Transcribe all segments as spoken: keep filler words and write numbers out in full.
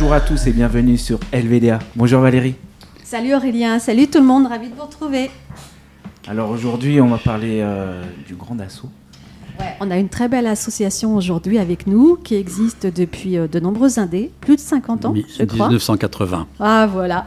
Bonjour à tous et bienvenue sur L V D A. Bonjour Valérie. Salut Aurélien, salut tout le monde, ravi de vous retrouver. Alors aujourd'hui, on va parler euh, du Grand Assaut. Ouais, on a une très belle association aujourd'hui avec nous qui existe depuis euh, de nombreuses années, plus de cinquante ans, oui, je crois. dix-neuf cent quatre-vingts. Ah voilà.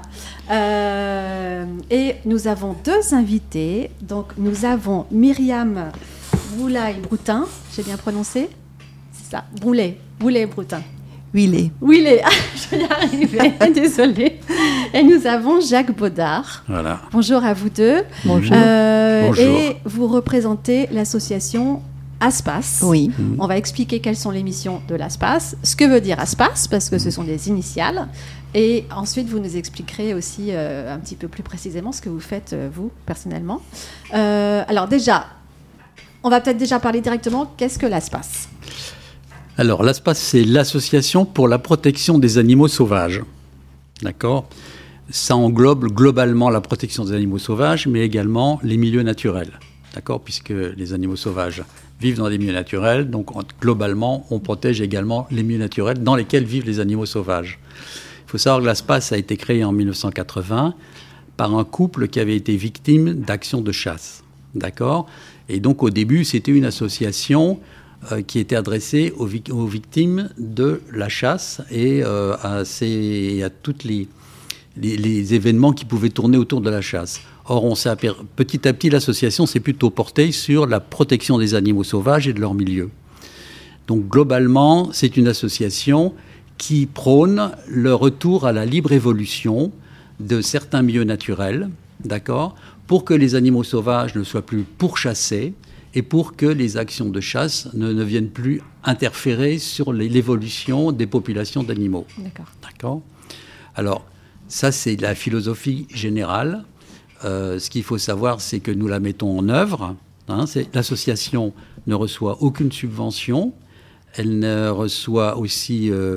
Euh, et nous avons deux invités. Donc nous avons Myriam Boulaye-Broutin, j'ai bien prononcé ? C'est ça, Boulet, Boulet-Broutin. Willet. Willet, ah, je vais y arriver, désolée. Et nous avons Jacques Baudard. Voilà. Bonjour à vous deux. Bonjour. Euh, Bonjour. Et vous représentez l'association ASPAS. Oui. Mmh. On va expliquer quelles sont les missions de l'ASPAS, ce que veut dire ASPAS, parce que ce sont des initiales. Et ensuite, vous nous expliquerez aussi euh, un petit peu plus précisément ce que vous faites, euh, vous, personnellement. Euh, alors déjà, on va peut-être déjà parler directement. Qu'est-ce que l'ASPAS ? Alors, l'ASPAS, c'est l'Association pour la protection des animaux sauvages. D'accord ? Ça englobe globalement la protection des animaux sauvages, mais également les milieux naturels. D'accord ? Puisque les animaux sauvages vivent dans des milieux naturels, donc globalement, on protège également les milieux naturels dans lesquels vivent les animaux sauvages. Il faut savoir que l'ASPAS a été créé en dix-neuf cent quatre-vingts par un couple qui avait été victime d'actions de chasse. D'accord ? Et donc, au début, c'était une association euh, qui était adressée aux, vic- aux victimes de la chasse et euh, à, ces, à toutes les, les, les événements qui pouvaient tourner autour de la chasse. Or, on s'est aper... petit à petit, l'association s'est plutôt portée sur la protection des animaux sauvages et de leur milieu. Donc, globalement, c'est une association qui prône le retour à la libre évolution de certains milieux naturels, d'accord, pour que les animaux sauvages ne soient plus pourchassés et pour que les actions de chasse ne, ne viennent plus interférer sur les, l'évolution des populations d'animaux. D'accord. D'accord. Alors, ça, c'est la philosophie générale. Euh, ce qu'il faut savoir, c'est que nous la mettons en œuvre. Hein, c'est, l'association ne reçoit aucune subvention. Elle ne reçoit aussi euh,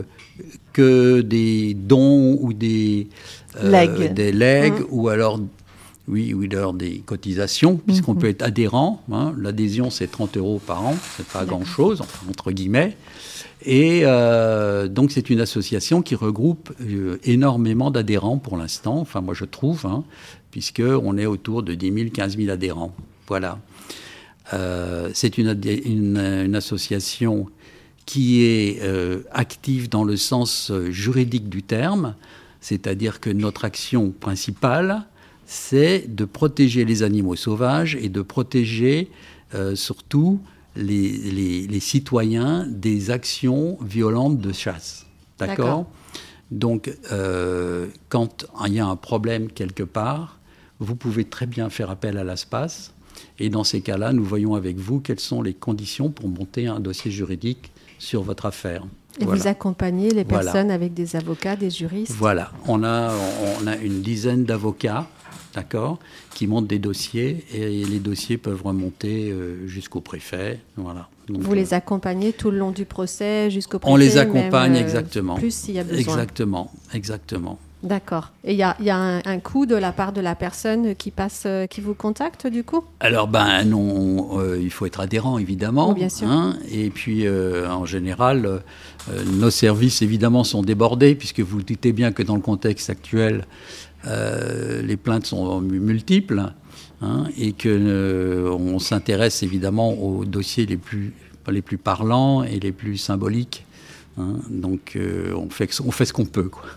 que des dons ou des euh, legs, des legs mmh. ou alors, oui, ou alors des cotisations, puisqu'on mmh. peut être adhérent. Hein. L'adhésion, c'est trente euros par an. C'est pas D'accord. grand-chose, enfin, entre guillemets. Et euh, donc, c'est une association qui regroupe euh, énormément d'adhérents pour l'instant. Enfin, moi, je trouve, hein, puisqu'on est autour de dix mille, quinze mille adhérents. Voilà. Euh, c'est une, une, une association qui est euh, active dans le sens euh, juridique du terme, c'est-à-dire que notre action principale, c'est de protéger les animaux sauvages et de protéger euh, surtout les, les, les citoyens des actions violentes de chasse. D'accord ? D'accord. Donc, euh, quand il y a un problème quelque part, vous pouvez très bien faire appel à l'ASPAS. Et dans ces cas-là, nous voyons avec vous quelles sont les conditions pour monter un dossier juridique sur votre affaire. Et voilà. vous accompagnez les Voilà. personnes avec des avocats, des juristes ? Voilà. On a, on a une dizaine d'avocats, d'accord, qui montent des dossiers et les dossiers peuvent remonter euh, jusqu'au préfet. Voilà. Donc, vous les accompagnez tout le long du procès jusqu'au préfet ? On les accompagne, même, euh, exactement. Plus s'il y a besoin. Exactement, exactement. D'accord. Et il y a, y a un, un coût de la part de la personne qui passe, euh, qui vous contacte, du coup ? Alors, ben non, euh, il faut être adhérent, évidemment. Oui, bien sûr. Hein, et puis, euh, en général, euh, nos services, évidemment, sont débordés, puisque vous vous doutez bien que dans le contexte actuel, euh, les plaintes sont multiples, hein, et qu'on euh, s'intéresse, évidemment, aux dossiers les plus, les plus parlants et les plus symboliques. Hein, donc, euh, on, fait, on fait ce qu'on peut, quoi.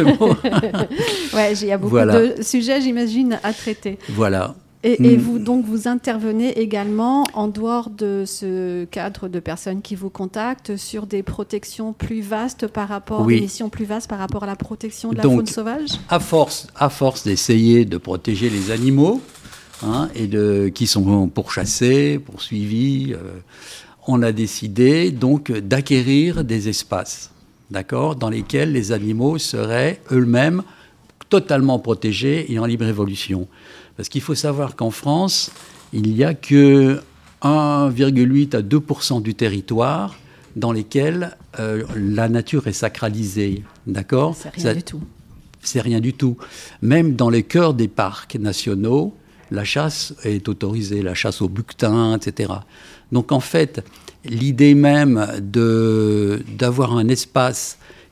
Ouais, il y a beaucoup Voilà. de sujets, j'imagine, à traiter. Voilà. Et, et Mm. vous, donc, vous intervenez également, en dehors de ce cadre de personnes qui vous contactent, sur des protections plus vastes par rapport, Oui. des missions plus vastes par rapport à la protection de la Donc, faune sauvage ? À force, à force d'essayer de protéger les animaux, hein, et de, qui sont pourchassés, poursuivis, euh, on a décidé donc d'acquérir des espaces, d'accord, dans lesquels les animaux seraient eux-mêmes totalement protégés et en libre évolution. Parce qu'il faut savoir qu'en France, il n'y a que un virgule huit à deux pour cent du territoire dans lesquels euh, la nature est sacralisée, d'accord ? C'est rien Ça, du tout. C'est rien du tout. Même dans les cœurs des parcs nationaux, la chasse est autorisée, la chasse au buquetin, et cetera. Donc en fait, l'idée même de, d'avoir un espace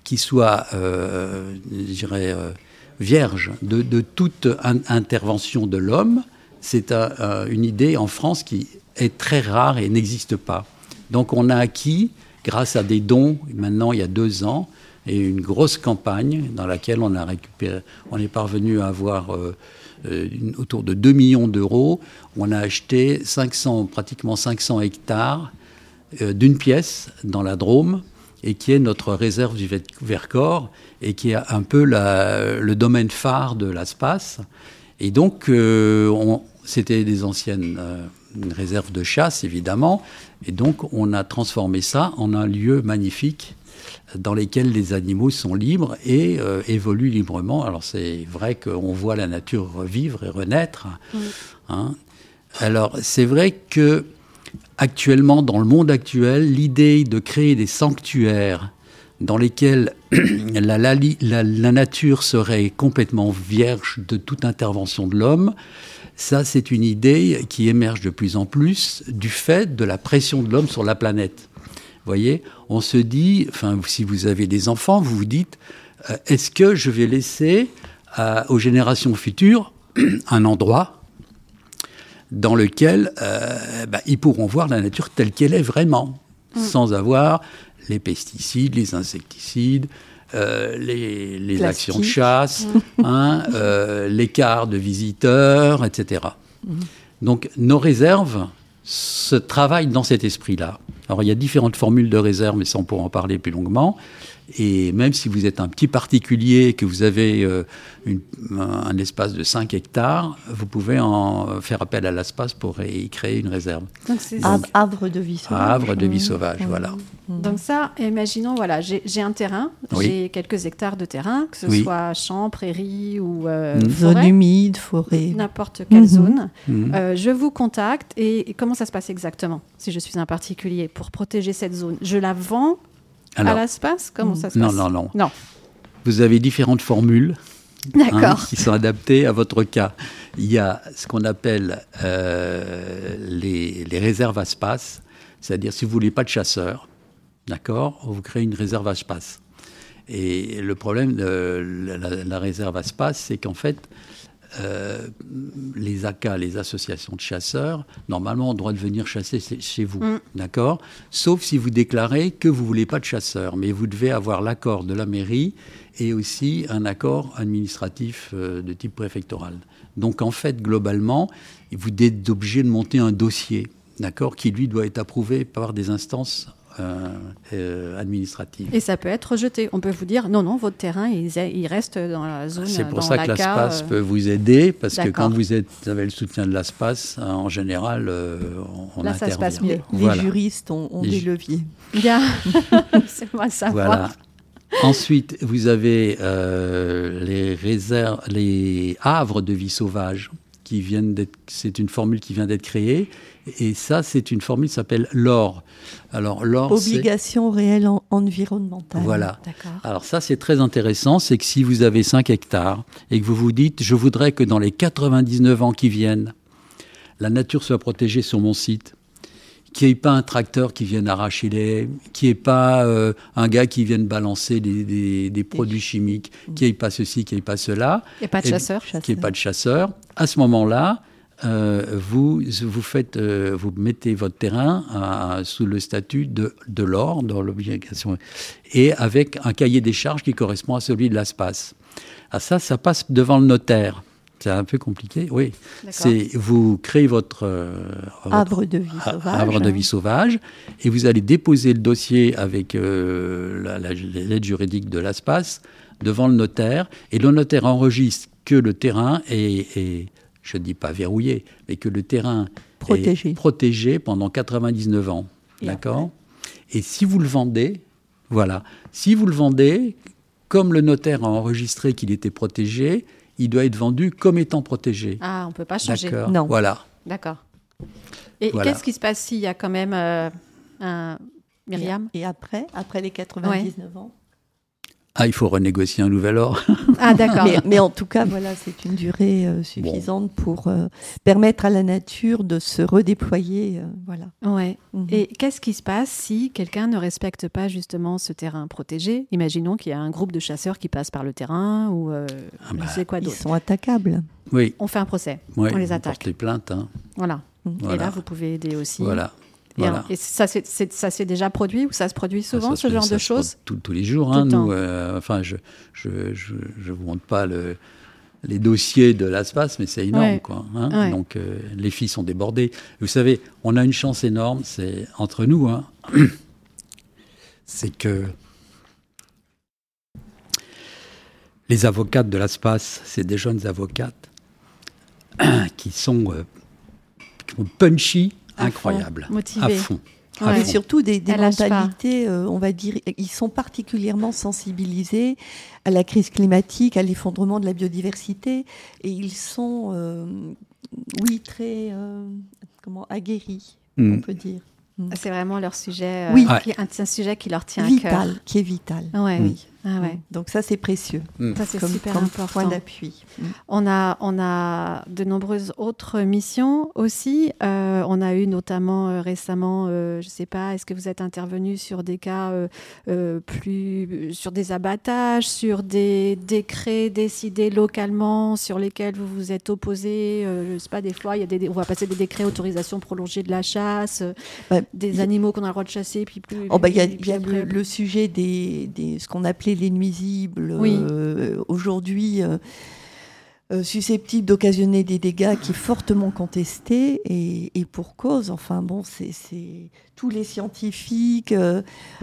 qui soit, euh, je dirais, euh, vierge de, de toute in- intervention de l'homme, c'est un, un, une idée en France qui est très rare et n'existe pas. Donc on a acquis, grâce à des dons, maintenant il y a deux ans, et une grosse campagne dans laquelle on a récupéré, on est parvenu à avoir euh, euh, une, autour de deux millions d'euros. On a acheté cinq cents, pratiquement cinq cents hectares euh, d'une pièce dans la Drôme, et qui est notre réserve du Vercors, et qui est un peu la, le domaine phare de l'Aspace. Et donc, euh, on, c'était des anciennes euh, réserves de chasse, évidemment, et donc on a transformé ça en un lieu magnifique dans lesquels les animaux sont libres et euh, évoluent librement. Alors c'est vrai qu'on voit la nature revivre et renaître. Oui. Hein. Alors c'est vrai que actuellement, dans le monde actuel, l'idée de créer des sanctuaires dans lesquels la, la, la, la nature serait complètement vierge de toute intervention de l'homme, ça c'est une idée qui émerge de plus en plus du fait de la pression de l'homme sur la planète. Vous voyez, on se dit, enfin, si vous avez des enfants, vous vous dites, euh, est-ce que je vais laisser euh, aux générations futures un endroit dans lequel euh, bah, ils pourront voir la nature telle qu'elle est vraiment, mmh. sans avoir les pesticides, les insecticides, euh, les, les actions de chasse, mmh. hein, euh, l'écart de visiteurs, et cetera. Mmh. Donc nos réserves se travaillent dans cet esprit-là. Alors, il y a différentes formules de réserve, mais ça, on pourra en parler plus longuement. Et même si vous êtes un petit particulier, que vous avez euh, une, un espace de cinq hectares, vous pouvez en faire appel à l'Aspace pour y créer une réserve. Donc, c'est Donc, havre de vie sauvage. Havre de vie sauvage, mmh. voilà. Mmh. Donc ça, imaginons, voilà, j'ai, j'ai un terrain, oui. j'ai quelques hectares de terrain, que ce oui. soit champs, prairies ou euh, mmh. forêt. Zone humide, forêt. N'importe quelle mmh. zone. Mmh. Euh, je vous contacte et, et comment ça se passe exactement, si je suis un particulier, pour protéger cette zone? Je la vends Alors, à l'Aspace? Comment ça se non, passe? Non, non, non. Vous avez différentes formules hein, qui sont adaptées à votre cas. Il y a ce qu'on appelle euh, les, les réserves Aspace, c'est-à-dire si vous ne voulez pas de chasseurs, d'accord, vous créez une réserve Aspace. Et le problème de la, la, la réserve Aspace, c'est qu'en fait, Euh, les A C A, les associations de chasseurs, normalement, ont le droit de venir chasser chez vous, mmh. d'accord ? Sauf si vous déclarez que vous ne voulez pas de chasseurs, mais vous devez avoir l'accord de la mairie et aussi un accord administratif euh, de type préfectoral. Donc, en fait, globalement, vous êtes obligé de monter un dossier, d'accord, qui, lui, doit être approuvé par des instances Euh, euh, administrative. Et ça peut être rejeté. On peut vous dire, non, non, votre terrain, il, il reste dans la zone. C'est pour dans ça que l'Aspace euh... peut vous aider, parce D'accord. que quand vous, êtes, vous avez le soutien de l'Aspace, en général, euh, on, on Là, intervient. Ça se passe mieux. Les voilà. juristes ont, ont Les des ju- leviers. Bien, c'est moi savoir. Voilà. Ensuite, vous avez euh, les réserves, les havres de vie sauvage, qui viennent d'être, c'est une formule qui vient d'être créée. Et ça, c'est une formule qui s'appelle l'O R. Alors, l'O R, Obligation c'est... réelle en, environnementale. Voilà. D'accord. Alors ça, c'est très intéressant. C'est que si vous avez cinq hectares et que vous vous dites, je voudrais que dans les quatre-vingt-dix-neuf ans qui viennent, la nature soit protégée sur mon site, qu'il n'y ait pas un tracteur qui vienne arracher les haies, qu'il n'y ait pas euh, un gars qui vienne balancer des, des, des produits chimiques, qu'il n'y ait pas ceci, qu'il n'y ait pas cela. Il n'y a pas de chasseurs. Qu'il n'y ait pas de chasseurs. À ce moment-là, Euh, vous, vous, faites, euh, vous mettez votre terrain à, sous le statut de, de l'O R, dans l'obligation, et avec un cahier des charges qui correspond à celui de l'Aspace. Ah, ça, ça passe devant le notaire. C'est un peu compliqué, oui. C'est, vous créez votre, euh, votre havre de vie sauvage, havre de vie sauvage, et vous allez déposer le dossier avec euh, la, la, l'aide juridique de l'Aspace devant le notaire, et le notaire enregistre que le terrain est, est je ne dis pas verrouillé, mais que le terrain protégé. est protégé pendant quatre-vingt-dix-neuf ans. Et d'accord ? Et si vous le vendez, voilà, si vous le vendez, comme le notaire a enregistré qu'il était protégé, il doit être vendu comme étant protégé. Ah, on ne peut pas changer. D'accord. Non. Voilà. D'accord. Et voilà. Qu'est-ce qui se passe s'il y a quand même euh, un... Myriam ? Et après, après les quatre-vingt-dix-neuf ouais. ans Ah, il faut renégocier un nouvel or. Ah, d'accord. Mais, mais en tout cas, voilà, c'est une durée euh, suffisante bon. pour euh, permettre à la nature de se redéployer. Euh, voilà. Ouais. Mm-hmm. Et qu'est-ce qui se passe si quelqu'un ne respecte pas justement ce terrain protégé ? Imaginons qu'il y a un groupe de chasseurs qui passe par le terrain ou euh, ah bah, je sais quoi d'autre. Ils sont attaquables. Oui. On fait un procès. Oui, on les attaque. On porte les plaintes. Hein. Voilà. Mm. Et voilà. là, vous pouvez aider aussi. Voilà. Et, Voilà. et ça, c'est, c'est, ça s'est déjà produit ou ça se produit souvent, ah, ça, ce genre ça de se choses tous, tous les jours, hein, nous. Euh, enfin, je je, je, je vous montre pas le, les dossiers de l'ASPAS, mais c'est énorme, ouais. quoi. Hein. Ouais. Donc, euh, les filles sont débordées. Vous savez, on a une chance énorme, c'est entre nous, hein, c'est que les avocates de l'ASPAS, c'est des jeunes avocates qui sont, euh, qui sont punchy, incroyable, motivés. à fond. Ouais. Mais surtout des, des Elle mentalités, euh, on va dire, ils sont particulièrement sensibilisés à la crise climatique, à l'effondrement de la biodiversité, et ils sont, euh, oui, très, euh, comment, aguerris, mmh. on peut dire. Mmh. C'est vraiment leur sujet, euh, oui. qui, un, un sujet qui leur tient vital, à cœur. Qui est vital. Ouais. Oui. Ah ouais. Donc ça, c'est précieux. Mmh. Ça, c'est comme, super comme important. point d'appui. Mmh. On a, on a de nombreuses autres missions aussi. Euh, on a eu notamment euh, récemment, euh, je ne sais pas, est-ce que vous êtes intervenu sur des cas euh, euh, plus, sur des abattages, sur des décrets décidés localement, sur lesquels vous vous êtes opposé. Euh, je ne sais pas, des fois, il y a des, on va passer des décrets autorisation prolongée de la chasse, bah, des y... animaux qu'on a le droit de chasser, puis plus. Oh bah, il y a, y a le, le sujet des, des, ce qu'on appelait les nuisibles, oui. euh, aujourd'hui euh, euh, susceptibles d'occasionner des dégâts, qui est fortement contesté, et, et pour cause. Enfin bon, c'est, c'est tous les scientifiques euh,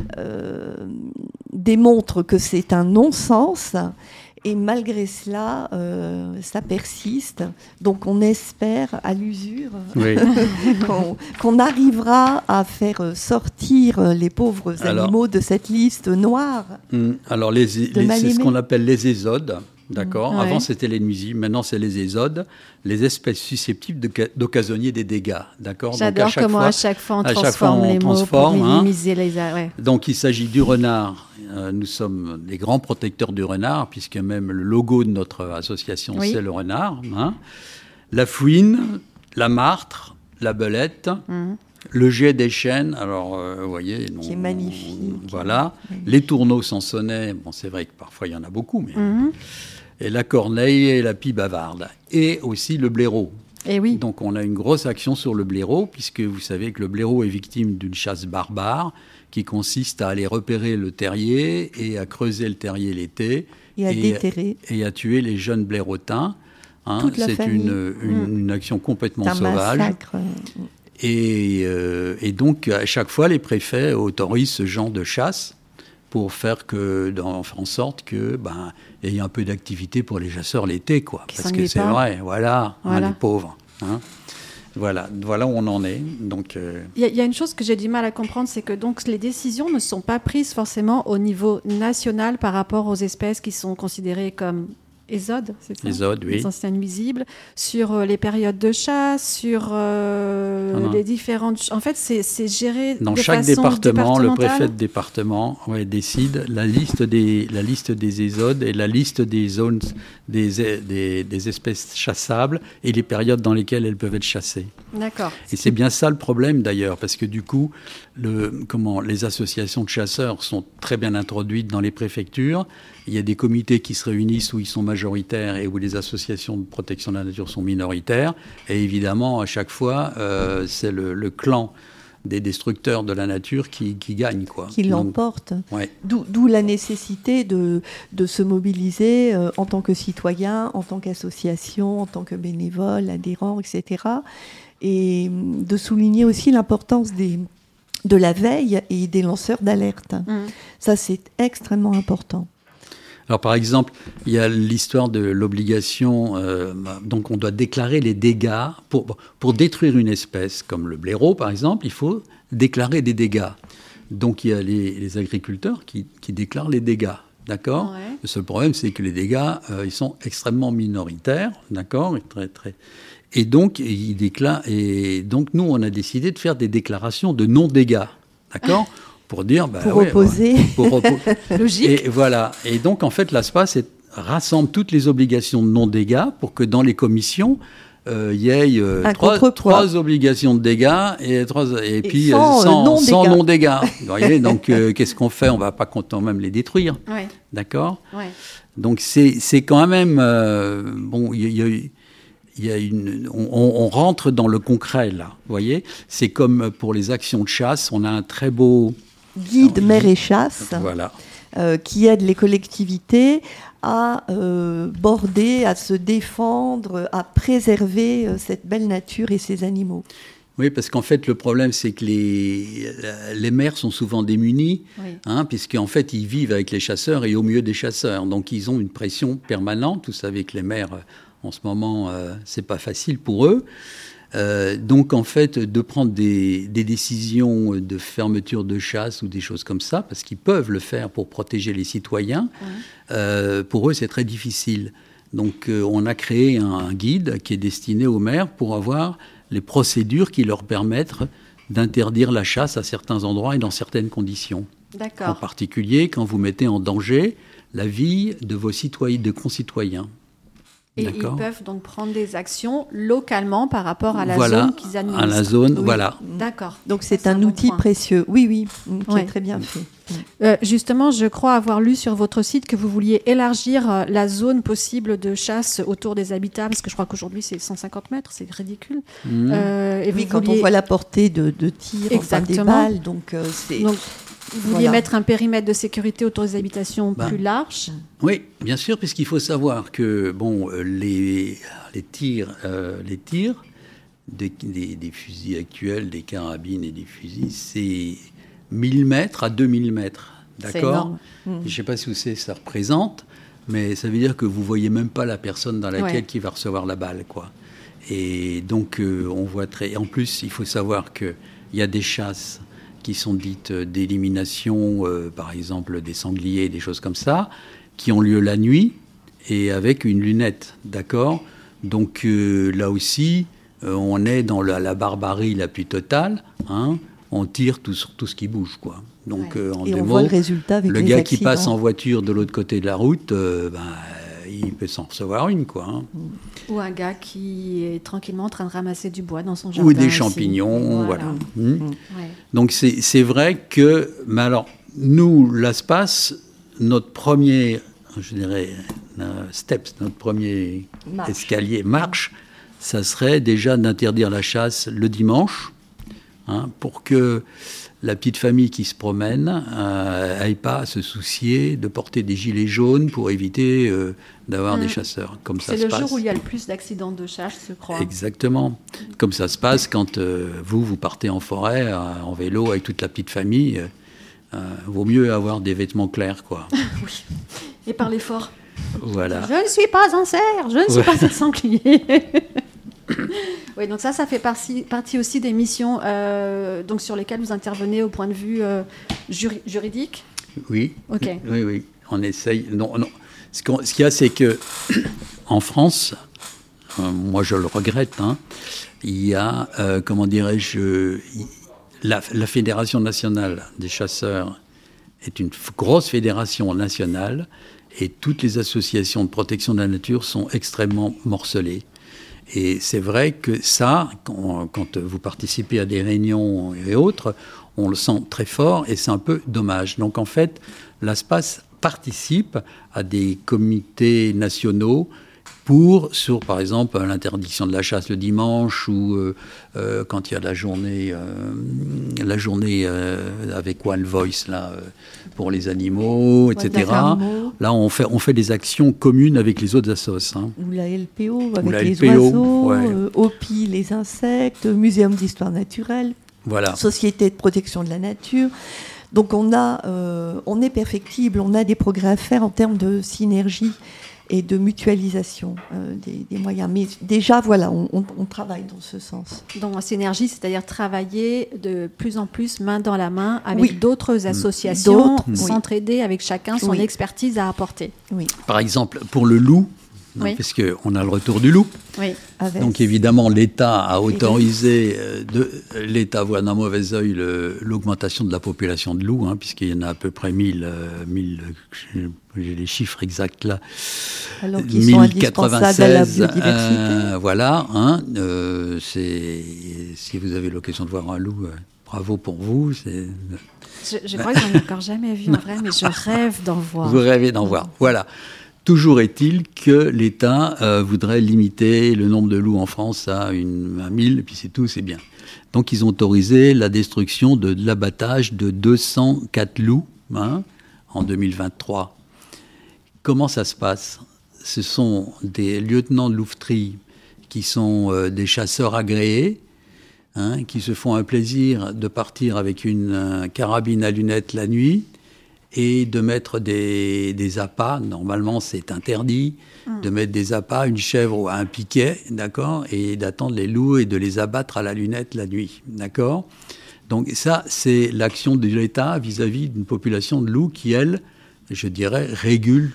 euh, démontrent que c'est un non-sens, et malgré cela, euh, ça persiste. Donc on espère à l'usure oui. qu'on, qu'on arrivera à faire sortir les pauvres alors, animaux de cette liste noire. Alors les, les, c'est ce qu'on appelle les ésodes. D'accord. Ouais. Avant, c'était les nuisibles. Maintenant, c'est les ésodes, les espèces susceptibles de, d'occasionner des dégâts. D'accord. J'adore Donc, à comment fois, à chaque fois on à transforme chaque fois, on les transforme, mots pour hein. minimiser les... Ouais. Donc, il s'agit du renard. Euh, nous sommes des grands protecteurs du renard, puisque même le logo de notre association, oui. c'est le renard. Hein. La fouine, la martre, la belette... Mmh. Le jet des chênes, alors euh, vous voyez, qui est magnifique. Voilà, magnifique. Les tourneaux sansonnets, bon c'est vrai que parfois il y en a beaucoup, mais mmh. et la corneille et la pie bavarde, et aussi le blaireau. Et oui. Donc on a une grosse action sur le blaireau, puisque vous savez que le blaireau est victime d'une chasse barbare qui consiste à aller repérer le terrier et à creuser le terrier l'été et à et déterrer et à tuer les jeunes blairotins. Hein, Toute la c'est famille. une, une, mmh. une action complètement c'est un sauvage. Massacre. Et, euh, et donc, à chaque fois, les préfets autorisent ce genre de chasse pour faire, que, dans, faire en sorte qu'il ben, y ait un peu d'activité pour les chasseurs l'été, quoi. Qui Parce que c'est pas. vrai, voilà, voilà. Hein, les pauvres. Hein. Voilà, voilà où on en est. Donc, euh... il, y a, il y a une chose que j'ai du mal à comprendre, c'est que donc, les décisions ne sont pas prises forcément au niveau national par rapport aux espèces qui sont considérées comme... Ésodes, c'est ça ? Ésodes, oui. Les anciens nuisibles, sur euh, les périodes de chasse, sur euh, non, non. les différentes... En fait, c'est, c'est géré Dans de chaque façon département, le préfet de département ouais, décide la liste, des, la liste des ésodes et la liste des zones, des, des, des espèces chassables et les périodes dans lesquelles elles peuvent être chassées. D'accord. Et c'est bien ça le problème d'ailleurs, parce que du coup, le, comment, les associations de chasseurs sont très bien introduites dans les préfectures. Il y a des comités qui se réunissent où ils sont majoritaires et où les associations de protection de la nature sont minoritaires. Et évidemment, à chaque fois, euh, c'est le, le clan des destructeurs de la nature qui, qui gagne, quoi. Qui l'emporte. Ouais. D'où, d'où la nécessité de, de se mobiliser euh, en tant que citoyen, en tant qu'association, en tant que bénévole, adhérent, et cetera. Et de souligner aussi l'importance des, de la veille et des lanceurs d'alerte. Mmh. Ça, c'est extrêmement important. Alors, par exemple, il y a l'histoire de l'obligation, euh, donc on doit déclarer les dégâts. Pour, pour détruire une espèce, comme le blaireau, par exemple, il faut déclarer des dégâts. Donc, il y a les, les agriculteurs qui, qui déclarent les dégâts, d'accord ? Ouais. Le seul problème, c'est que les dégâts, euh, ils sont extrêmement minoritaires, d'accord ? Très, très... Et donc, ils déclarent, et donc, nous, on a décidé de faire des déclarations de non-dégâts, d'accord ? pour dire... Bah, pour ouais, opposer. Ouais, pour oppo- Logique. Et voilà. Et donc, en fait, l'ASPA c'est, rassemble toutes les obligations de non-dégâts pour que dans les commissions, il euh, y ait euh, trois, trois obligations de dégâts et, trois, et, et puis sans, sans, euh, non-dégâts. Sans non-dégâts. Vous voyez, donc, euh, qu'est-ce qu'on fait? On ne va pas quand même les détruire. Ouais. D'accord? Ouais. Donc, c'est, c'est quand même... Euh, bon, il y a... Y a Il y a une, on, on rentre dans le concret, là. Vous voyez, c'est comme pour les actions de chasse. On a un très beau guide mer et chasse, voilà. euh, qui aide les collectivités à euh, border, à se défendre, à préserver euh, cette belle nature et ces animaux. Oui, parce qu'en fait, le problème, c'est que les, les maires sont souvent démunis, oui. hein, puisqu'en fait, ils vivent avec les chasseurs et au milieu des chasseurs. Donc, ils ont une pression permanente. Vous savez que les maires... En ce moment, euh, c'est pas facile pour eux. Euh, donc, en fait, de prendre des, des décisions de fermeture de chasse ou des choses comme ça, parce qu'ils peuvent le faire pour protéger les citoyens, mmh. euh, pour eux, c'est très difficile. Donc, euh, on a créé un, un guide qui est destiné aux maires pour avoir les procédures qui leur permettent d'interdire la chasse à certains endroits et dans certaines conditions. D'accord. En particulier, quand vous mettez en danger la vie de vos citoyens, de concitoyens. Et D'accord. ils peuvent donc prendre des actions localement par rapport à la voilà, zone qu'ils administrent. À la zone, oui. voilà. D'accord. Donc c'est, c'est un, un bon outil point. précieux. Oui, oui, qui ouais. est très bien fait. Euh, justement, je crois avoir lu sur votre site que vous vouliez élargir la zone possible de chasse autour des habitats, parce que je crois qu'aujourd'hui c'est cent cinquante mètres, c'est ridicule. Mmh. Euh, et oui, vous quand vouliez... on voit la portée de, de tir, enfin, des balles, donc euh, c'est... Donc, vous vouliez voilà. mettre un périmètre de sécurité autour des habitations bah, plus large? Oui, bien sûr, puisqu'il faut savoir que bon, les, les tirs, euh, les tirs des, des, des fusils actuels, des carabines et des fusils, c'est mille mètres à deux mille mètres. D'accord? Mmh. Je ne sais pas si vous savez ce que ça représente, mais ça veut dire que vous ne voyez même pas la personne dans laquelle ouais. qui va recevoir la balle, quoi. Et donc, euh, on voit très... Et en plus, il faut savoir qu'il y a des chasses qui sont dites d'élimination, euh, par exemple des sangliers, des choses comme ça, qui ont lieu la nuit et avec une lunette, d'accord? Donc euh, là aussi, euh, on est dans la, la barbarie la plus totale, hein? On tire tout sur tout ce qui bouge, quoi. Donc ouais. euh, en et deux on mots, voit le résultat avec le les gars accidents. qui passe en voiture de l'autre côté de la route, euh, ben, il peut s'en recevoir une, quoi. Hein. Ou un gars qui est tranquillement en train de ramasser du bois dans son jardin. Ou des aussi. champignons, voilà. voilà. Mmh. Mmh. Ouais. Donc c'est, c'est vrai que, mais alors, nous, l'ASPAS, notre premier, je dirais, euh, steps, notre premier marche. escalier, marche, ça serait déjà d'interdire la chasse le dimanche, hein, pour que la petite famille qui se promène n'aille euh, pas à se soucier de porter des gilets jaunes pour éviter euh, d'avoir mmh. des chasseurs. Comme ça c'est se le passe. jour où il y a le plus d'accidents de chasse, je crois. Exactement. Comme ça se passe quand euh, vous, vous partez en forêt, euh, en vélo, avec toute la petite famille. Euh, vaut mieux avoir des vêtements clairs, quoi. Oui. Et parler fort. Voilà. Je ne suis pas un cerf, je ne suis ouais. pas un sanglier. Oui, donc ça, ça fait partie, partie aussi des missions euh, donc sur lesquelles vous intervenez au point de vue euh, juri- juridique. Oui. Ok. Oui, oui. On essaye. Non, non. Ce, qu'on, ce qu'il y a, c'est que en France, euh, moi je le regrette, hein, il y a, euh, comment dirais-je, la, la Fédération nationale des chasseurs est une f- grosse fédération nationale et toutes les associations de protection de la nature sont extrêmement morcelées. Et c'est vrai que ça, quand, quand vous participez à des réunions et autres, on le sent très fort et c'est un peu dommage. Donc en fait, l'ASPAS participe à des comités nationaux pour, sur par exemple l'interdiction de la chasse le dimanche ou euh, euh, quand il y a la journée, euh, la journée euh, avec One Voice là, euh, pour les animaux, et cetera. Là, on fait, on fait des actions communes avec les autres assos. Hein. Ou la L P O avec la les L P O, oiseaux, ouais. euh, O P I les insectes, Muséum d'histoire naturelle, voilà. Société de protection de la nature. Donc on, a, euh, on est perfectible, on a des progrès à faire en termes de synergie et de mutualisation euh, des, des moyens. Mais déjà, voilà, on, on, on travaille dans ce sens. Donc, en synergie, c'est-à-dire travailler de plus en plus main dans la main avec oui. d'autres associations, d'autres, s'entraider oui. avec chacun son oui. expertise à apporter. Oui. Par exemple, pour le loup, Oui. Parce qu'on a le retour du loup. Oui. Avec- Donc évidemment, l'État a autorisé, euh, de, l'État voit d'un mauvais œil le- l'augmentation de la population de loups, hein, puisqu'il y en a à peu près mille, euh, mille j'ai j'ai les chiffres exacts là, Alors qu'ils sont indispensables à la biodiversité. euh, voilà, hein, euh, c'est, si vous avez l'occasion de voir un loup, euh, bravo pour vous. C'est, Je, je crois que j'en ai encore jamais vu en vrai, mais je rêve d'en voir. vous rêvez d'en voir. Voilà. Toujours est-il que l'État euh, voudrait limiter le nombre de loups en France à, une, à mille, et puis c'est tout, c'est bien. Donc ils ont autorisé la destruction de, de l'abattage de deux cent quatre loups, hein, en deux mille vingt-trois. Comment ça se passe ? Ce sont des lieutenants de louveterie qui sont euh, des chasseurs agréés, hein, qui se font un plaisir de partir avec une euh, carabine à lunettes la nuit, et de mettre des, des appâts, normalement c'est interdit, mmh. de mettre des appâts, une chèvre ou un piquet, d'accord, et d'attendre les loups et de les abattre à la lunette la nuit, d'accord. Donc ça, c'est l'action de l'État vis-à-vis d'une population de loups qui, elle, je dirais, régule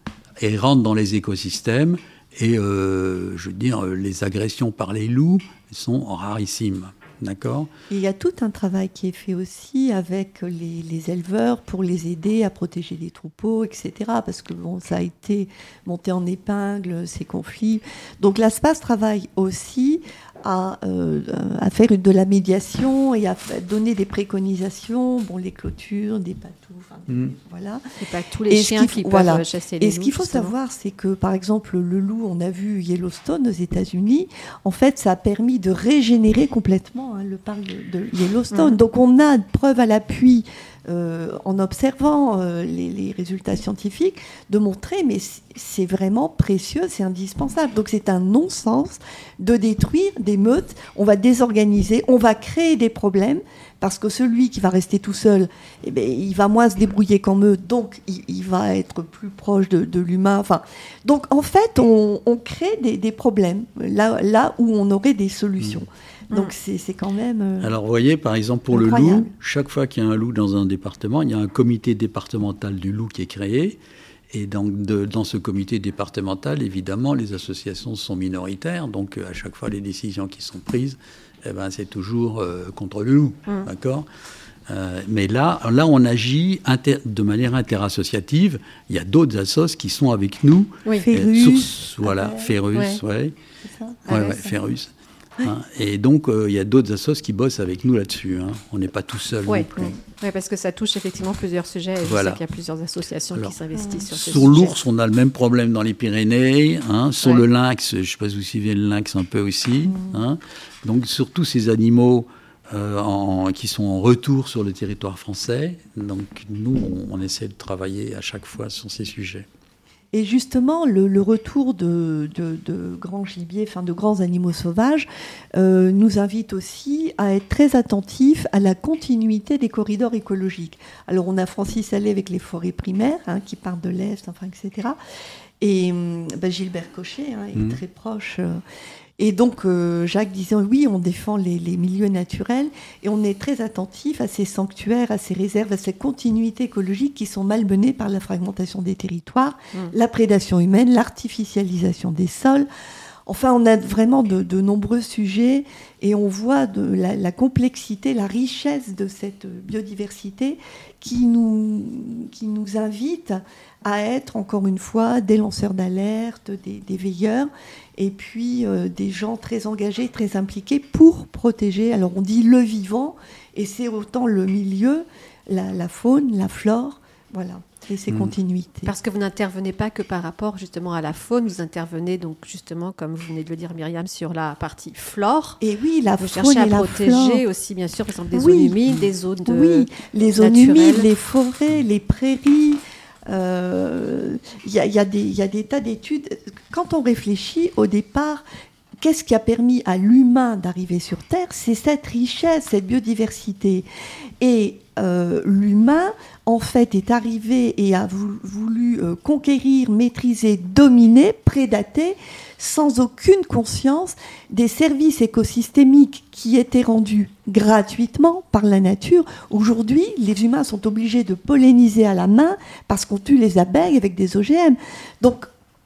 et rentre dans les écosystèmes, et euh, je veux dire, les agressions par les loups sont rarissimes. D'accord. Il y a tout un travail qui est fait aussi avec les, les éleveurs pour les aider à protéger les troupeaux, et cetera. Parce que bon, ça a été monté en épingle, ces conflits. Donc l'A S P A S travaille aussi à, euh, à faire de la médiation et à donner des préconisations, bon, les clôtures, des patous, enfin, mmh. voilà. Et pas tous les et chiens qui peuvent voilà. chasser les loups. Et ce qu'il faut justement. savoir, c'est que, par exemple, le loup, on a vu Yellowstone aux États-Unis, en fait, ça a permis de régénérer complètement hein, le parc de, de Yellowstone. Mmh. Donc, on a preuve à l'appui, euh, en observant euh, les, les résultats scientifiques, de montrer, mais c'est vraiment précieux, c'est indispensable. Donc, c'est un non-sens de détruire des meutes. On va désorganiser, on va créer des problèmes. Parce que celui qui va rester tout seul, eh bien, il va moins se débrouiller qu'en meute, donc il, il va être plus proche de, de l'humain. Enfin, donc en fait, on, on crée des, des problèmes là, là où on aurait des solutions. Mmh. Donc c'est, c'est quand même euh, Alors vous voyez, par exemple, pour incroyable. Le loup, chaque fois qu'il y a un loup dans un département, il y a un comité départemental du loup qui est créé. Et donc, de, dans ce comité départemental, évidemment, les associations sont minoritaires. Donc, à chaque fois, les décisions qui sont prises, eh ben, c'est toujours euh, contre le loup. Mmh. D'accord euh, mais là, là, on agit inter, de manière interassociative. Il y a d'autres assos qui sont avec nous. Oui. Férus. Voilà, ouais. Férus, ouais. ouais. C'est ça Ouais, ah ouais, ouais, ça. Férus. Hein, et donc, il euh, y a d'autres assos qui bossent avec nous là-dessus. Hein. On n'est pas tout seul ouais, non plus. Oui, ouais, parce que ça touche effectivement plusieurs sujets. Et voilà. Je sais qu'il y a plusieurs associations Alors, qui s'investissent sur ce sur sujet. l'ours, on a le même problème dans les Pyrénées. Hein. Sur ouais. le lynx, je ne sais pas si vous suivez le lynx un peu aussi. Mmh. Hein. Donc, sur tous ces animaux euh, en, qui sont en retour sur le territoire français, donc nous, on, on essaie de travailler à chaque fois sur ces sujets. Et justement, le, le retour de, de, de grands gibiers, enfin de grands animaux sauvages, euh, nous invite aussi à être très attentifs à la continuité des corridors écologiques. Alors, on a Francis Allais avec les forêts primaires, hein, qui partent de l'Est, enfin, et cetera. Et ben, Gilbert Cochet hein, est mmh. très proche. Euh, Et donc, euh, Jacques disait, oui, on défend les, les milieux naturels et on est très attentif à ces sanctuaires, à ces réserves, à ces continuités écologiques qui sont malmenées par la fragmentation des territoires, mmh. la prédation humaine, l'artificialisation des sols. Enfin, on a vraiment de, de nombreux sujets et on voit de la, la complexité, la richesse de cette biodiversité qui nous, qui nous invite à être, encore une fois, des lanceurs d'alerte, des, des veilleurs, et puis euh, des gens très engagés, très impliqués pour protéger. Alors, on dit le vivant, et c'est autant le milieu, la, la faune, la flore, voilà, et ces mmh. continuités. Parce que vous n'intervenez pas que par rapport, justement, à la faune, vous intervenez, donc, justement, comme vous venez de le dire, Myriam, sur la partie flore. Et oui, la vous faune cherchez à et la protéger flore. Aussi, bien sûr, par exemple, des oui. zones humides, des zones de Oui, les zones naturelles. humides, les forêts, les prairies. Il euh, y, y, y a des tas d'études. Quand on réfléchit au départ, qu'est-ce qui a permis à l'humain d'arriver sur Terre ? C'est cette richesse, cette biodiversité. Et euh, l'humain, en fait, est arrivé et a voulu, voulu euh, conquérir, maîtriser, dominer, prédater, sans aucune conscience des services écosystémiques qui étaient rendus gratuitement par la nature. Aujourd'hui, les humains sont obligés de polliniser à la main parce qu'on tue les abeilles avec des O G M. Donc,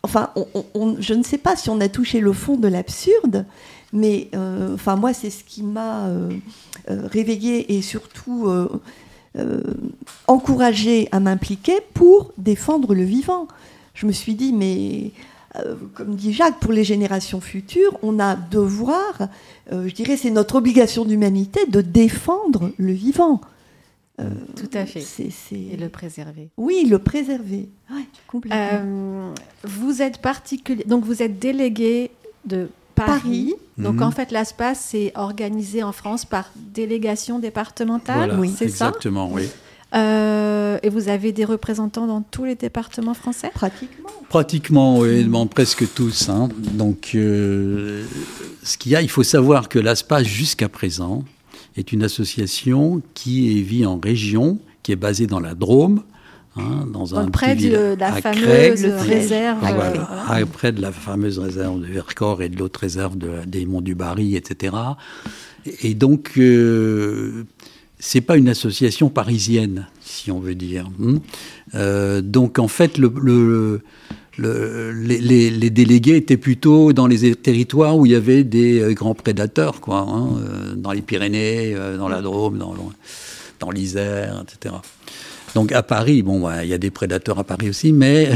enfin, on, on, je ne sais pas si on a touché le fond de l'absurde, mais euh, enfin, moi, c'est ce qui m'a euh, euh, réveillée et surtout euh, euh, encouragée à m'impliquer pour défendre le vivant. Je me suis dit, mais euh, comme dit Jacques, pour les générations futures, on a devoir, euh, je dirais, c'est notre obligation d'humanité de défendre le vivant. Euh, Tout à fait. C'est, c'est... Et le préserver. Oui, le préserver. Ouais, complètement. Euh, vous êtes particulier, donc vous êtes délégué de Paris. Paris. Donc mmh. en fait, l'ASPAS c'est organisé en France par délégation départementale. Voilà, oui, c'est exactement, ça. oui. Euh, et vous avez des représentants dans tous les départements français ? Pratiquement. Pratiquement, oui, mmh. bon, presque tous. Hein. Donc, euh, ce qu'il y a, il faut savoir que l'ASPAS jusqu'à présent est une association qui vit en région, qui est basée dans la Drôme, hein, dans un donc près petit de la fameuse Crègue, réserve. Voilà, voilà. Près de la fameuse réserve de Vercors et de l'autre réserve de, des Monts du Barry, et cetera. Et, et donc, euh, c'est pas une association parisienne, si on veut dire. Hein. Euh, donc, en fait, le... le Le, les, les, les délégués étaient plutôt dans les territoires où il y avait des euh, grands prédateurs, quoi, hein, euh, dans les Pyrénées, euh, dans la Drôme, dans, dans l'Isère, et cetera. Donc à Paris, bon, ouais, il y a des prédateurs à Paris aussi, mais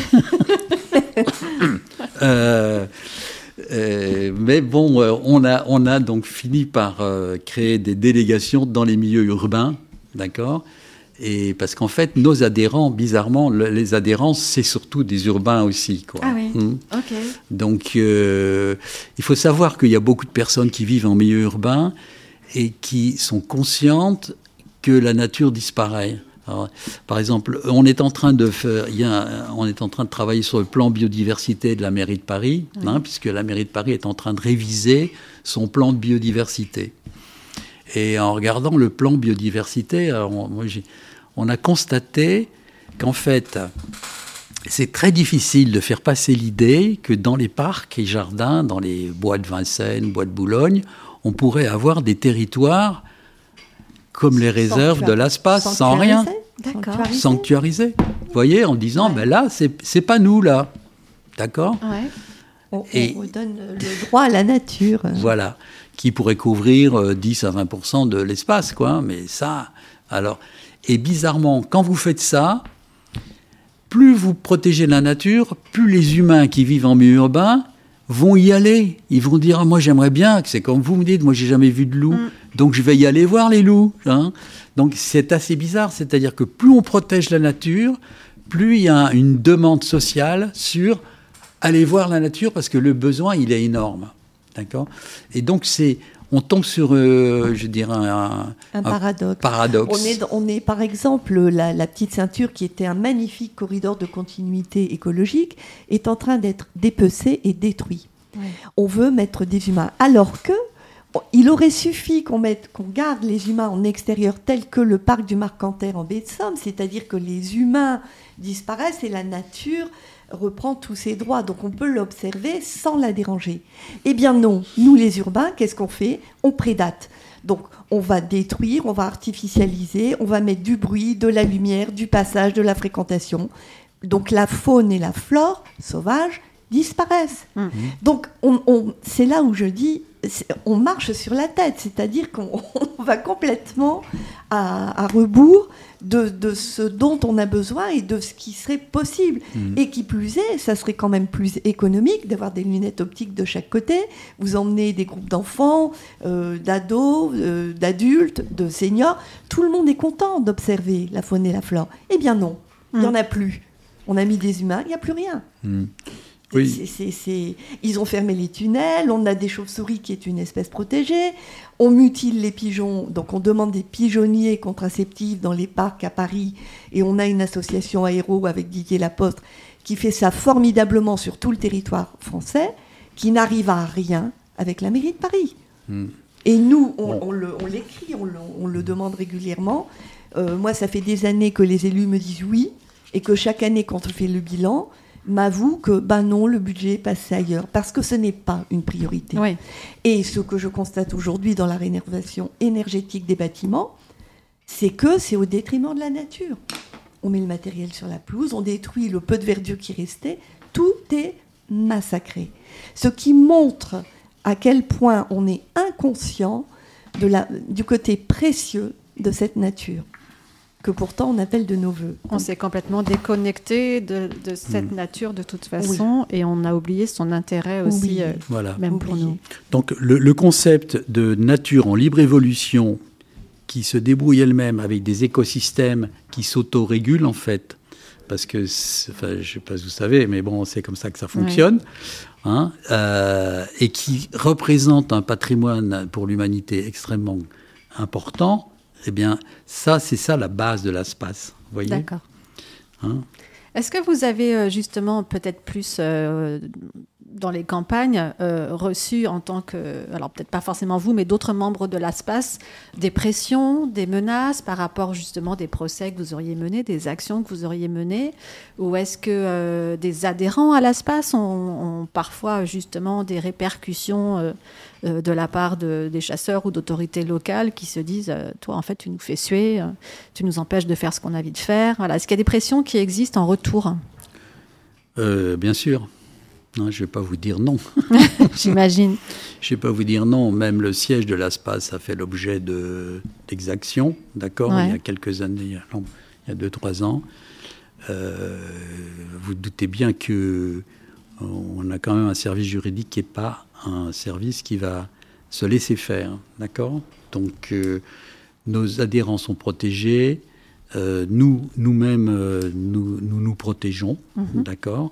euh, euh, mais bon, euh, on a on a donc fini par euh, créer des délégations dans les milieux urbains, d'accord. Et parce qu'en fait, nos adhérents, bizarrement, le, les adhérents, c'est surtout des urbains aussi, quoi. Ah oui, mmh. ok. Donc, euh, il faut savoir qu'il y a beaucoup de personnes qui vivent en milieu urbain et qui sont conscientes que la nature disparaît. Alors, par exemple, on est en train de faire, il y a, on est en train de travailler sur le plan biodiversité de la mairie de Paris, oui. hein, puisque la mairie de Paris est en train de réviser son plan de biodiversité. Et en regardant le plan biodiversité, alors, moi, j'ai, on a constaté qu'en fait, c'est très difficile de faire passer l'idée que dans les parcs et jardins, dans les bois de Vincennes, bois de Boulogne, on pourrait avoir des territoires comme les réserves de l'ASPAS, sans rien. D'accord. Sanctuarisés. Vous voyez, en disant, ouais. ben là, c'est, c'est pas nous, là. D'accord ? Ouais. On, et, on donne le droit à la nature. Voilà. Qui pourrait couvrir dix à vingt pour cent de l'espace, quoi. Mais ça, alors... Et bizarrement, quand vous faites ça, plus vous protégez la nature, plus les humains qui vivent en milieu urbain vont y aller. Ils vont dire, ah, moi j'aimerais bien, c'est comme vous me dites, moi j'ai jamais vu de loup, mm. donc je vais y aller voir les loups. Hein. Donc c'est assez bizarre, c'est-à-dire que plus on protège la nature, plus il y a une demande sociale sur aller voir la nature parce que le besoin il est énorme. D'accord ? Et donc c'est... On tombe sur, euh, je dirais, un, un, un paradoxe. paradoxe. On est, on est, par exemple, la, la petite ceinture, qui était un magnifique corridor de continuité écologique, est en train d'être dépecé et détruit. Ouais. On veut mettre des humains. Alors que, il aurait suffi qu'on, mette, qu'on garde les humains en extérieur, tel que le parc du Marcanterre en baie de Somme, c'est-à-dire que les humains disparaissent et la nature reprend tous ses droits, donc on peut l'observer sans la déranger. Eh bien non, nous les urbains, qu'est-ce qu'on fait ? On prédate. Donc on va détruire, on va artificialiser, on va mettre du bruit, de la lumière, du passage, de la fréquentation. Donc la faune et la flore sauvages disparaissent. Mmh. Donc on, on, c'est là où je dis, on marche sur la tête, c'est-à-dire qu'on on va complètement à, à rebours de, de ce dont on a besoin et de ce qui serait possible. Mmh. Et qui plus est, ça serait quand même plus économique d'avoir des lunettes optiques de chaque côté. Vous emmenez des groupes d'enfants, euh, d'ados, euh, d'adultes, de seniors. Tout le monde est content d'observer la faune et la flore. Eh bien non, mmh. il n'y en a plus. On a mis des humains, il n'y a plus rien. Mmh. Oui. C'est, c'est, c'est... Ils ont fermé les tunnels, on a des chauves-souris qui est une espèce protégée, on mutile les pigeons, donc on demande des pigeonniers contraceptifs dans les parcs à Paris, et on a une association aéro avec Didier Laposte qui fait ça formidablement sur tout le territoire français, qui n'arrive à rien avec la mairie de Paris. Mmh. Et nous, on, bon. on, le, on l'écrit, on le, on le demande régulièrement. Euh, moi, ça fait des années que les élus me disent oui, et que chaque année, quand on fait le bilan, m'avoue que ben non, le budget est passé ailleurs, parce que ce n'est pas une priorité. Oui. Et ce que je constate aujourd'hui dans la rénovation énergétique des bâtiments, c'est que c'est au détriment de la nature. On met le matériel sur la pelouse, on détruit le peu de verdure qui restait, tout est massacré. Ce qui montre à quel point on est inconscient de la, du côté précieux de cette nature, que pourtant on appelle de nos voeux. On s'est complètement déconnecté de, de cette mmh. nature de toute façon, oui. et on a oublié son intérêt aussi, euh, voilà. même Oublié. pour nous. Donc le, le concept de nature en libre évolution, qui se débrouille elle-même avec des écosystèmes qui s'autorégulent en fait, parce que, enfin, je ne sais pas si vous savez, mais bon, c'est comme ça que ça fonctionne, oui. hein, euh, et qui représente un patrimoine pour l'humanité extrêmement important. Eh bien, ça, c'est ça la base de l'espace, vous voyez. D'accord. Hein? Est-ce que vous avez justement peut-être plus euh, dans les campagnes euh, reçu en tant que, alors peut-être pas forcément vous, mais d'autres membres de l'ASPAS, des pressions, des menaces par rapport justement des procès que vous auriez menés, des actions que vous auriez menées, ou est-ce que euh, des adhérents à l'ASPAS ont, ont parfois justement des répercussions euh, euh, de la part de, des chasseurs ou d'autorités locales qui se disent euh, toi en fait tu nous fais suer, euh, tu nous empêches de faire ce qu'on a envie de faire. Voilà. Est-ce qu'il y a des pressions qui existent en retour? euh, Bien sûr. Non, je ne vais pas vous dire non. J'imagine. Je ne vais pas vous dire non. Même le siège de l'ASPAS a fait l'objet de, d'exactions, d'accord, ouais. Il y a quelques années, il y a, non, il y a deux, trois ans. Euh, vous doutez bien qu'on a quand même un service juridique qui n'est pas un service qui va se laisser faire, d'accord. Donc, euh, nos adhérents sont protégés. Euh, nous, nous-mêmes, euh, nous, nous nous protégeons, mm-hmm. d'accord.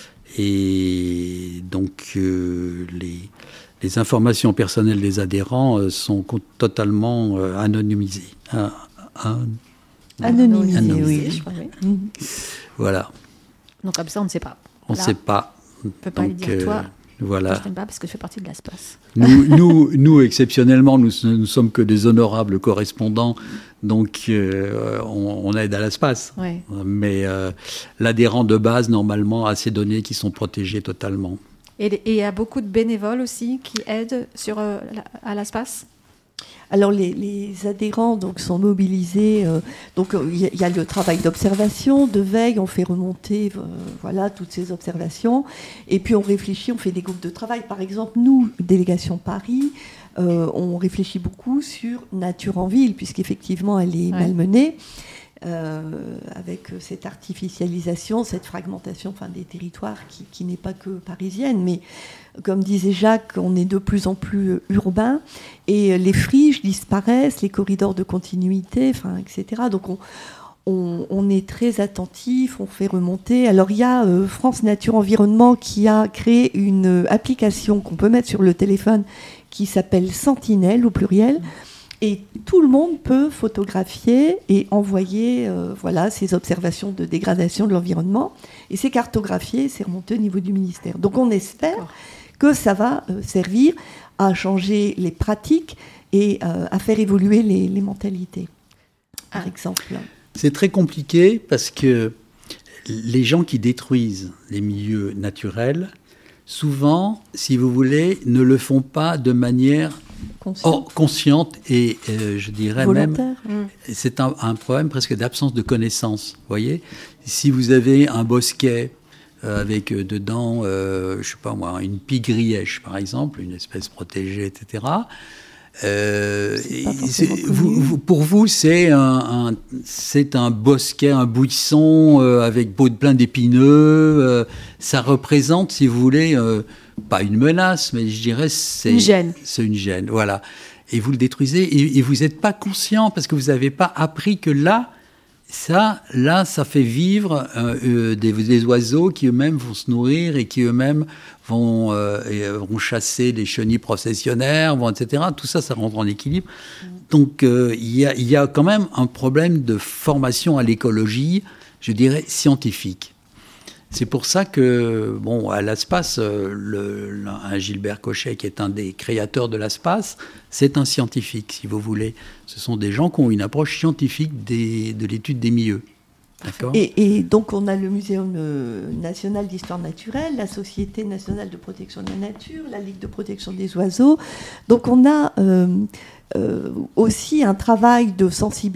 Et donc, euh, les, les informations personnelles des adhérents euh, sont co- totalement euh, anonymisées. Ah, ah, anonymisées, anonymisées, oui. Je crois, oui. Mmh. Voilà. Donc, comme ça, on ne sait pas. On ne sait pas. On ne peut pas donc, lui dire, toi, euh, voilà. je ne t'aime pas parce que je fais partie de l'ASPAS. Nous, nous, nous exceptionnellement, nous ne sommes que des honorables correspondants. Donc, euh, on, on aide à l'ASPAS. Ouais. Mais euh, l'adhérent de base, normalement, a ces données qui sont protégées totalement. Et il y a beaucoup de bénévoles aussi qui aident sur, euh, à l'ASPAS? Alors, les, les adhérents donc, sont mobilisés. Euh, donc, il y, y a le travail d'observation, de veille. On fait remonter euh, voilà, toutes ces observations. Et puis, on réfléchit, on fait des groupes de travail. Par exemple, nous, délégation Paris, euh, on réfléchit beaucoup sur nature en ville, puisqu'effectivement, elle est ouais. malmenée. Euh, avec cette artificialisation, cette fragmentation enfin, des territoires qui, qui n'est pas que parisienne, mais comme disait Jacques, on est de plus en plus urbain et les friches disparaissent, les corridors de continuité, enfin, et cetera. Donc on, on, on est très attentif, on fait remonter. Alors il y a euh, France Nature Environnement qui a créé une application qu'on peut mettre sur le téléphone qui s'appelle Sentinelle au pluriel. Et tout le monde peut photographier et envoyer euh, voilà, ses observations de dégradation de l'environnement. Et c'est cartographié, c'est remonté au niveau du ministère. Donc on espère D'accord. que ça va euh, servir à changer les pratiques et euh, à faire évoluer les, les mentalités, par ah. exemple. C'est très compliqué parce que les gens qui détruisent les milieux naturels, souvent, si vous voulez, ne le font pas de manière... Consciente. Oh, consciente et euh, je dirais volontaire. Même, c'est un, un problème presque d'absence de connaissance. Vous voyez, si vous avez un bosquet euh, avec euh, dedans, euh, je sais pas moi, une pie-grièche par exemple, une espèce protégée, et cetera. Euh, c'est vous, vous, pour vous, c'est un, un, c'est un bosquet, un buisson euh, avec plein d'épineux. Euh, ça représente, si vous voulez. Euh, pas une menace, mais je dirais c'est une gêne. C'est une gêne, voilà. Et vous le détruisez et, et vous n'êtes pas conscient parce que vous n'avez pas appris que là, ça, là, ça fait vivre euh, euh, des, des oiseaux qui eux-mêmes vont se nourrir et qui eux-mêmes vont, euh, et, euh, vont chasser les chenilles processionnaires, vont, et cetera. Tout ça, ça rentre en équilibre. Mmh. Donc, il euh, y, y a quand même un problème de formation à l'écologie, je dirais, scientifique. C'est pour ça que, bon, à l'ASPAS, le, le, un Gilbert Cochet, qui est un des créateurs de l'ASPAS, c'est un scientifique, si vous voulez. Ce sont des gens qui ont une approche scientifique des, de l'étude des milieux. D'accord ? Et, et donc, on a le Muséum national d'histoire naturelle, la Société nationale de protection de la nature, la Ligue de protection des oiseaux. Donc, on a euh, euh, aussi un travail de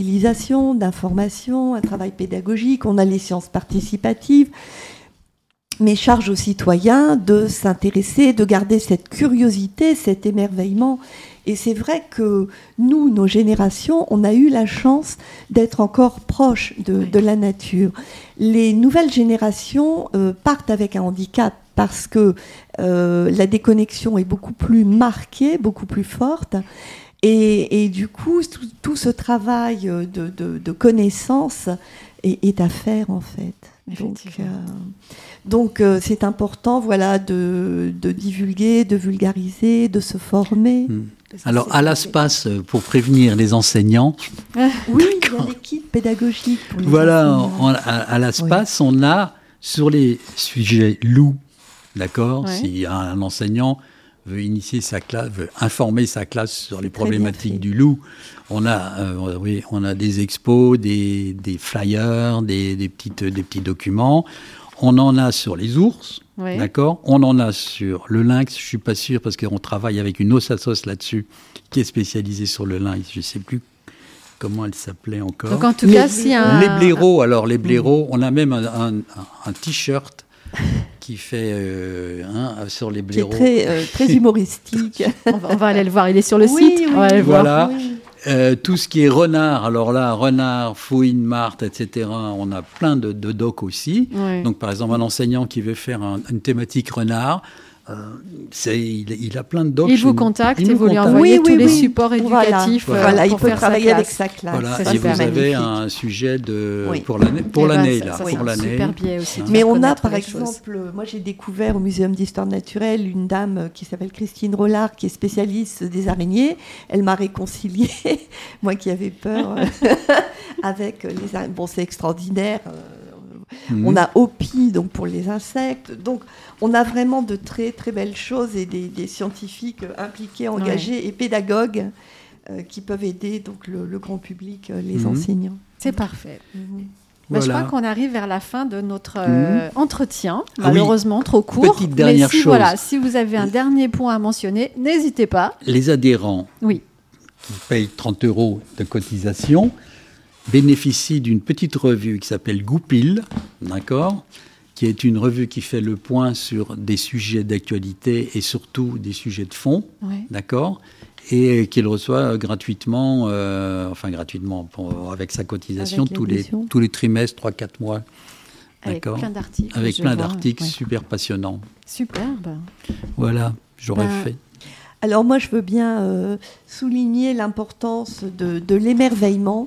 sensibilisation, d'information, un travail pédagogique. On a les sciences participatives. mais charge aux citoyens de s'intéresser, de garder cette curiosité, cet émerveillement. Et c'est vrai que nous, nos générations, on a eu la chance d'être encore proches de, oui. de la nature. Les nouvelles générations euh, partent avec un handicap parce que euh, la déconnexion est beaucoup plus marquée, beaucoup plus forte. Et, et du coup, tout, tout ce travail de, de, de connaissance est, est à faire, en fait. Donc, euh, donc euh, c'est important, voilà, de, de divulguer, de vulgariser, de se former. Mmh. Alors, à l'ASPAS, pour prévenir les enseignants... Oui, il y a l'équipe pédagogique. Pour les voilà, enseignants. On, à, à l'ASPAS, oui. on a, sur les sujets loups, d'accord, ouais. si un enseignant veut initier sa classe, veut informer sa classe sur les problématiques du loup, on a, euh, oui, on a des expos, des, des flyers, des, des, petites, des petits documents. On en a sur les ours, oui. d'accord. On en a sur le lynx, je ne suis pas sûr, parce qu'on travaille avec une Osasos là-dessus, qui est spécialisée sur le lynx. Je ne sais plus comment elle s'appelait encore. Donc en tout cas, si un... Les blaireaux, alors les blaireaux, on a même un, un, un, un t-shirt qui fait euh, hein, sur les blaireaux. C'est très, euh, très humoristique. on, va, on va aller le voir, il est sur le oui, site. Oui, on va aller voilà. voir. Oui. Euh, tout ce qui est renard, alors là, renard, fouine, martre, et cetera, on a plein de, de docs aussi. Oui. Donc, par exemple, un enseignant qui veut faire un, une thématique renard, euh, c'est, il, il a plein de docs. Il vous contacte il et vous lui contacte. envoyez oui, tous oui, les oui. supports éducatifs. Voilà, voilà. Pour il peut faire travailler avec sa classe. Voilà. C'est et vous avez magnifique. un sujet de, oui. pour l'année, pour eh l'année ben, là. Ça, pour c'est l'année. super biais aussi. Mais on a, par exemple, moi j'ai découvert au Muséum d'Histoire Naturelle une dame qui s'appelle Christine Rollard, qui est spécialiste des araignées. Elle m'a réconciliée, moi qui avais peur, avec les araignées. Bon, c'est extraordinaire. Mmh. On a O P I, donc pour les insectes. Donc, on a vraiment de très, très belles choses et des, des scientifiques impliqués, engagés ouais. et pédagogues euh, qui peuvent aider donc, le, le grand public, euh, les mmh. enseignants. C'est parfait. Mmh. Voilà. Bah, je crois qu'on arrive vers la fin de notre euh, mmh. entretien. Ah Malheureusement, oui. trop court. Petite dernière mais si, chose. Voilà, si vous avez un dernier point à mentionner, n'hésitez pas. Les adhérents oui. qui payent trente euros de cotisation bénéficient d'une petite revue qui s'appelle Goupil, d'accord, qui est une revue qui fait le point sur des sujets d'actualité et surtout des sujets de fond, oui. d'accord, et qu'il reçoit gratuitement, euh, enfin gratuitement, pour, avec sa cotisation avec tous, les, tous les trimestres, trois quatre mois. Avec d'accord, plein d'articles. Avec plein vois, d'articles ouais. super passionnants. Superbe. Voilà, j'aurais ben, fait. Alors moi, je veux bien euh, souligner l'importance de, de l'émerveillement.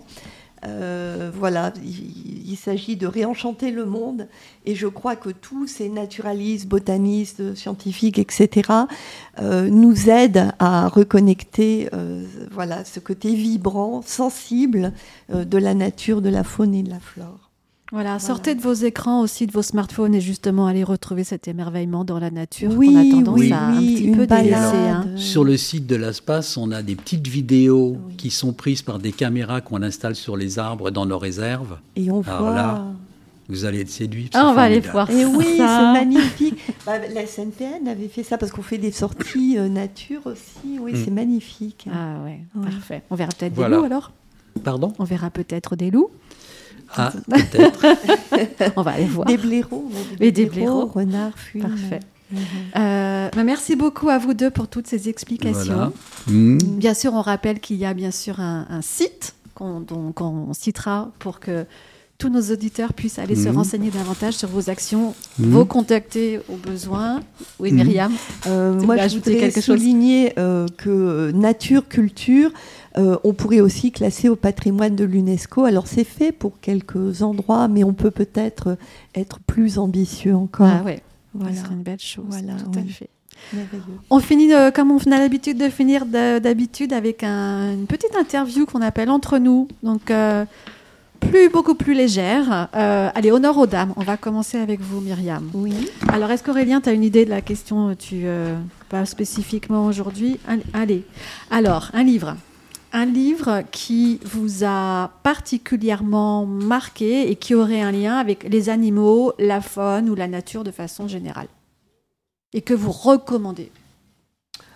Euh, voilà, il, il s'agit de réenchanter le monde et je crois que tous ces naturalistes, botanistes, scientifiques, et cetera euh, nous aident à reconnecter euh, voilà, ce côté vibrant, sensible euh, de la nature, de la faune et de la flore. Voilà, sortez voilà. de vos écrans aussi, de vos smartphones et justement allez retrouver cet émerveillement dans la nature oui, qu'on a tendance oui, à oui, un petit peu délaisser. Hein. Sur le site de l'ASPAS, on a des petites vidéos oui. qui sont prises par des caméras qu'on installe sur les arbres dans nos réserves. Et on Alors voit... là, vous allez être séduits. Ah, on va aller voir et ça. Oui, c'est magnifique. Bah, la S N P N avait fait ça parce qu'on fait des sorties euh, nature aussi. Oui, mm. c'est magnifique. Ah ouais, ouais, parfait. On verra peut-être voilà. des loups alors. Pardon ? On verra peut-être des loups. Ah, peut-être. On va aller voir. Des blaireaux. Des, des blaireaux. Renards, fumes. Parfait. Mmh. Euh, bah merci beaucoup à vous deux pour toutes ces explications. Voilà. Mmh. Bien sûr, on rappelle qu'il y a bien sûr un, un site qu'on, donc, qu'on citera pour que tous nos auditeurs puissent aller mmh. se renseigner davantage sur vos actions, mmh. vous contacter au besoin. Oui, mmh. Myriam, euh, moi je voudrais quelque souligner chose euh, que nature, culture, euh, on pourrait aussi classer au patrimoine de l'UNESCO. Alors c'est fait pour quelques endroits, mais on peut peut-être être plus ambitieux encore. Ah ouais, voilà. Ce serait une belle chose, voilà, tout oui. à fait. Merveilleux. On finit euh, comme on a l'habitude de finir de, d'habitude avec un, une petite interview qu'on appelle Entre nous. Donc euh, plus, beaucoup plus légère. Euh, allez, honneur aux dames. On va commencer avec vous, Myriam. Oui. Alors, est-ce qu'Aurélien, tu as une idée de la question tu, euh, pas spécifiquement aujourd'hui. Allez. Alors, un livre. Un livre qui vous a particulièrement marqué et qui aurait un lien avec les animaux, la faune ou la nature de façon générale. Et que vous recommandez.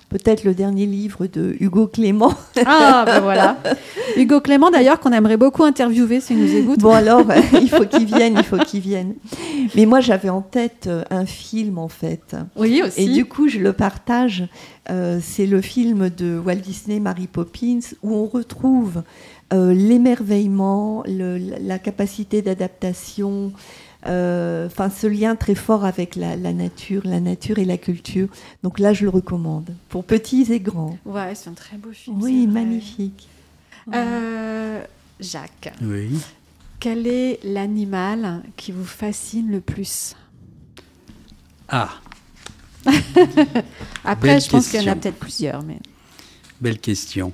peut-être le dernier livre de Hugo Clément. Ah, ben voilà. Hugo Clément, d'ailleurs, qu'on aimerait beaucoup interviewer s'il nous écoute. Bon, alors, bah, il faut qu'il vienne, il faut qu'il vienne. Mais moi, j'avais en tête un film, en fait. Oui, aussi. Et du coup, je le partage. Euh, c'est le film de Walt Disney, Mary Poppins, où on retrouve euh, l'émerveillement, le, la capacité d'adaptation, euh, enfin, ce lien très fort avec la, la nature, la nature et la culture. Donc là, je le recommande, pour petits et grands. Ouais, c'est un très beau film. Oui, magnifique. Euh, Jacques, Oui. quel est l'animal qui vous fascine le plus? Ah, Après, Belle je pense qu'il y en a question. peut-être plusieurs. Mais... belle question.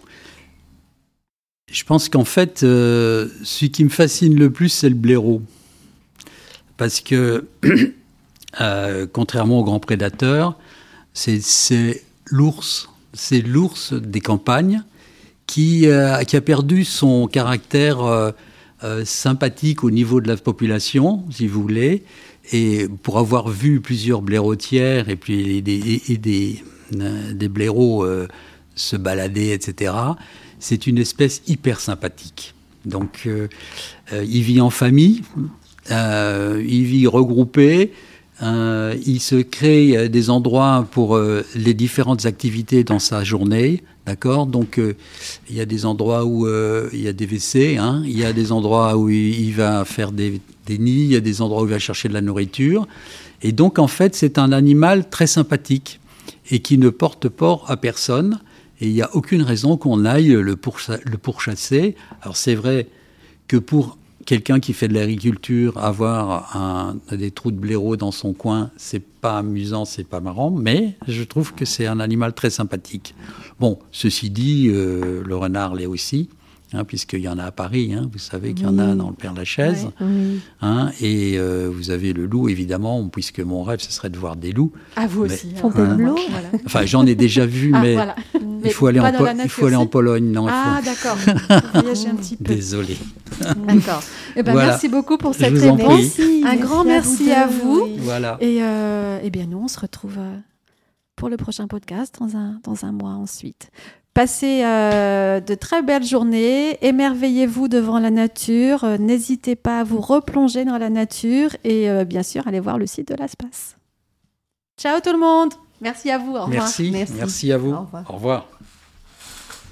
Je pense qu'en fait, euh, celui qui me fascine le plus, c'est le blaireau. Parce que, euh, contrairement aux grands prédateurs, c'est, c'est l'ours. C'est l'ours des campagnes qui, euh, qui a perdu son caractère euh, euh, sympathique au niveau de la population, si vous voulez. Et pour avoir vu plusieurs blaireautières et puis des, et des, euh, des blaireaux euh, se balader, et cetera, c'est une espèce hyper sympathique. Donc, euh, euh, il vit en famille, euh, il vit regroupé, euh, il se crée des endroits pour euh, les différentes activités dans sa journée, d'accord ? Donc, euh, il y a des endroits où euh, il y a des W C, hein, il y a des endroits où il, il va faire des, des nids, il y a des endroits où il va chercher de la nourriture. Et donc, en fait, c'est un animal très sympathique et qui ne porte port à personne. Et il n'y a aucune raison qu'on aille le, pourcha- le pourchasser. Alors, c'est vrai que pour quelqu'un qui fait de l'agriculture, avoir un, des trous de blaireau dans son coin, c'est pas amusant, c'est pas marrant, mais je trouve que c'est un animal très sympathique. Bon, ceci dit, euh, le renard l'est aussi, hein, puisqu'il y en a à Paris, hein, vous savez qu'il y en a dans le Père-Lachaise, Ouais. Oui. hein, et euh, vous avez le loup, évidemment, puisque mon rêve, ce serait de voir des loups. À vous Mais- aussi. Fontainebleau. hein. Voilà. Enfin, j'en ai déjà vu, Ah, mais voilà. il Mais faut aller, pas en, dans Po- la il nature, faut aller en si. Pologne. Non, il Ah, faut... d'accord. Voyager un petit peu. Désolé. D'accord. Eh ben, Voilà. Merci beaucoup pour Je cette vous en réponse. prie. Un grand merci à vous. deux, oui. Voilà. Et euh, eh bien, nous, on se retrouve euh, pour le prochain podcast dans un, dans un mois ensuite. Passez euh, de très belles journées, émerveillez-vous devant la nature, euh, n'hésitez pas à vous replonger dans la nature et euh, bien sûr, allez voir le site de l'Aspace. Ciao tout le monde. Merci à vous. Au revoir. Merci, Merci. merci à vous. Au revoir. Au revoir.